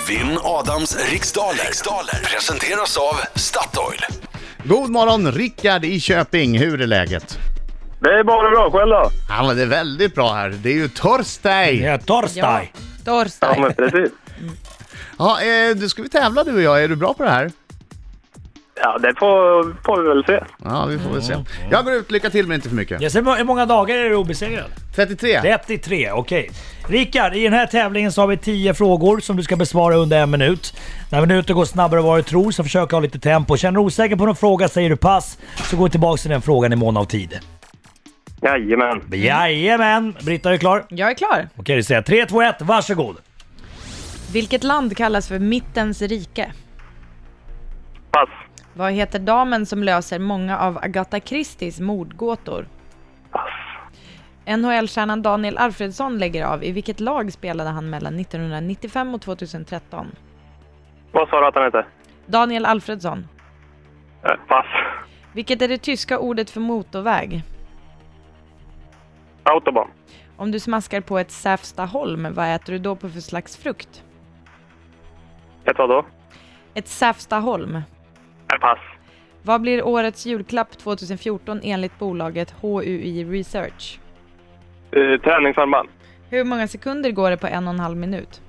Vinn Adams riksdaler. Presenteras av Statoil. God morgon, Rickard i Köping. Hur är läget? Det är bara bra, själv då? Ja, men det är väldigt bra här. Det är ju torsdag. Ja, torsdag. Ja, men precis. Ja, du ska vi tävla du och jag. Är du bra på det här? Ja, det får vi väl se. Ja, vi får väl se. Jag går ut, lycka till men inte för mycket. Jag ser hur många dagar är du obesegrad? 33. 33, okej. Rickard, i den här tävlingen så har vi 10 frågor som du ska besvara under 1 minut. När minuten går snabbare än vad du tror så försök ha lite tempo. Känner du osäker på någon fråga säger du pass, så går vi tillbaka till den frågan i mån av tid. Jajamän. Jajamän! Britta, är du klar? Jag är klar. Okej, det säger 3, 2, 1, varsågod. Vilket land kallas för Mittens rike? Pass. Vad heter damen som löser många av Agatha Christies mordgåtor? Pass. NHL-stjärnan Daniel Alfredsson lägger av. I vilket lag spelade han mellan 1995 och 2013? Vad sa du att han hette? Daniel Alfredsson. Pass. Vilket är det tyska ordet för motorväg? Autobahn. Om du smaskar på ett Säfstaholm, vad äter du då på för slags frukt? Ett vad då? Ett Säfstaholm. Pass. Vad blir årets julklapp 2014 enligt bolaget HUI Research? Träningsarmband. Hur många sekunder går det på 1,5 minut?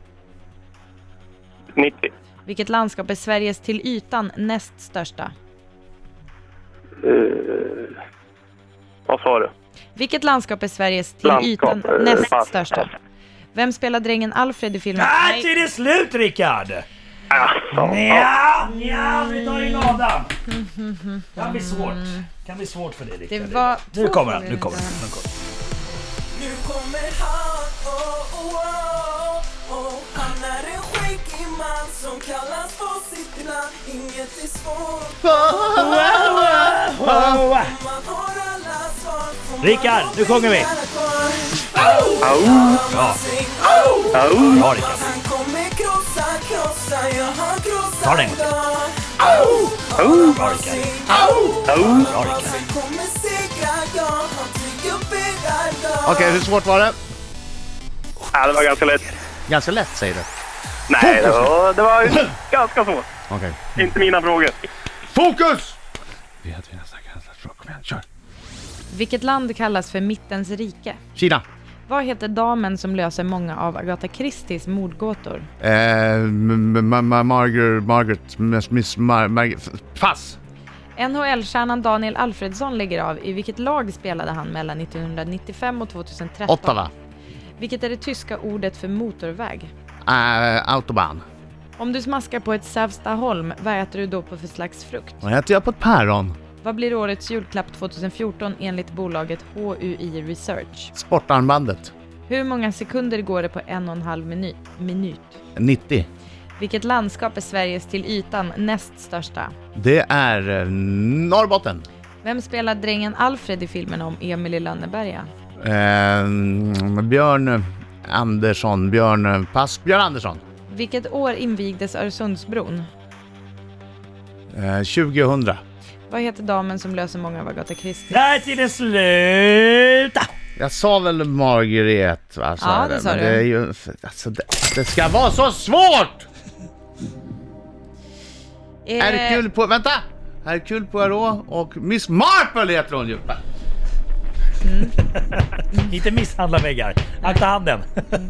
90. Vilket landskap är Sveriges till ytan näst största? Vad sa du? Vilket landskap är Sveriges till ytan näst största? Vem spelar drängen Alfred i filmen? Nej, till det slut, Rickard! Alltså. Ja, vi tar in Adam. Kan bli svårt för dig, Rickard. Det var Nu kommer han. två frågor. Nu kommer han, han är en skäggig man som kallas på sitt namn. Inget är svårt, man har alla svar. Rickard, nu sjunger vi. Bra, Rickard. Han kommer krossa, ja han krossar. Ta den. Bra, Rickard. Bra, Rickard. Han kommer segra, ja han tycker upp er. Okej, hur svårt var det? Ja, det var ganska lätt. Ganska lätt säger du. Nej, det var ganska svårt. Okej. Inte mina frågor. Fokus! Vi har nästa fråga. Kom igen, kör. Vilket land kallas för Mittens rike? Kina. Vad heter damen som löser många av Agatha Christies mordgåtor? Margaret. Pass. NHL-stjärnan Daniel Alfredsson lägger av. I vilket lag spelade han mellan 1995 och 2013? Ottawa. Vilket är det tyska ordet för motorväg? Autobahn. Om du smaskar på ett Säfstaholm, vad äter du då på för slags frukt? Vad äter jag på ett päron? Vad blir årets julklapp 2014 enligt bolaget HUI Research? Sportarmbandet. Hur många sekunder går det på 1,5 minut? 90. Vilket landskap är Sveriges till ytan näst största? Det är Norrbotten. Vem spelar drängen Alfred i filmen om Emil i Lönneberga? Björn Andersson. Vilket år invigdes Öresundsbron? 2000. Vad heter damen som löser många av Agatha Christie? Nej, till det sluta! Jag sa väl Margaret, va? Ja, det sa men du. det är ju, alltså, det ska vara så svårt! Hercule Poirot och Miss Marple heter hon ju. Inte misshandla väggar. Akta handen.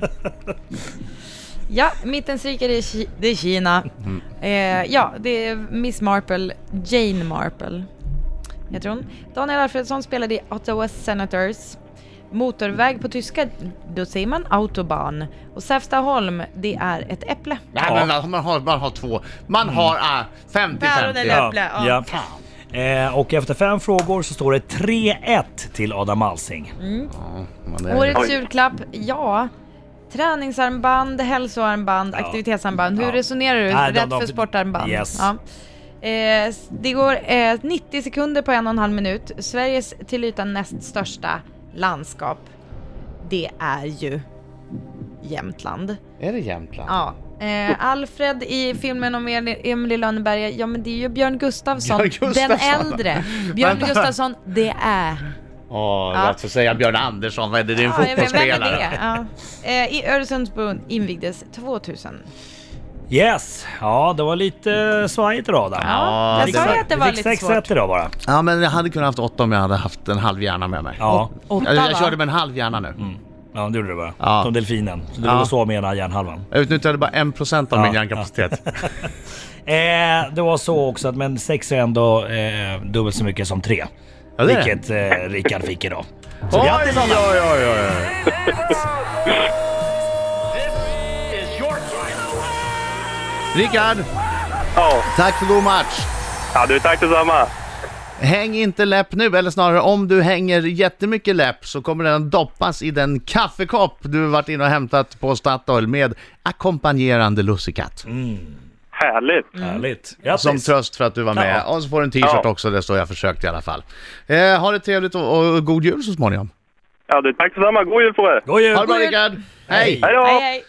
Ja, Mittens rike det är Kina. Ja, det är Miss Marple, Jane Marple heter hon. Daniel Alfredsson spelade i Ottawa Senators. Motorväg på tyska, då säger man Autobahn. Och Säfstaholm, det är ett äpple. Nej, men man har två. Man har 50-50. Päron eller äpple, ja. Och efter 5 frågor så står det 3-1 till Adam Alsing. Årets julklapp, ja. Träningsarmband, hälsoarmband, aktivitetsarmband. Hur resonerar du? Rätt för sportarmband. Yes. Ja. Det går 90 sekunder på 1,5 minut. Sveriges till ytan näst största landskap, det är ju Jämtland. Är det Jämtland? Ja. Alfred i filmen om Emil i Lönneberga, ja men det är ju Björn Gustafsson. Den äldre. Björn Gustafsson, det är... Jag får säga Björn Andersson, vad är det? Det är en fotbollsspelare. I Öresundsbron invigdes 2000. Yes! Ja, det var lite svajigt idag där. Ja, jag sa ju att det var fick lite 6 svårt. rätt idag bara. Ja, men jag hade kunnat haft 8 om jag hade haft en halv hjärna med mig. Ja, Jag körde med en halv hjärna nu. ja det gjorde du bara. Ja. Som delfinen. Så du Ja. var så med ena hjärnhalvan. Jag utnyttjade bara 1% av min hjärnkapacitet. Det var så också att men 6 är ändå dubbelt så mycket som 3. Ja, det är det. Vilket Rickard fick idag. Så grattis alla! oj. Rickard, Ja. tack för god match. Ja, du, tack detsamma. Häng inte läpp nu, eller snarare om du hänger jättemycket läpp så kommer den doppas i den kaffekopp du varit inne och hämtat på Statoil med ackompanjerande lussekatt. Härligt. Härligt. Grattis! Som tröst för att du var med. Ja. Och så får du en t-shirt Ja. också, det står jag försökt i alla fall. Ha det trevligt och god jul så småningom. Ja, du, tack detsamma. God jul på er. God jul! Ha det bra Rickard! Hej! Hej då! Hej, hej.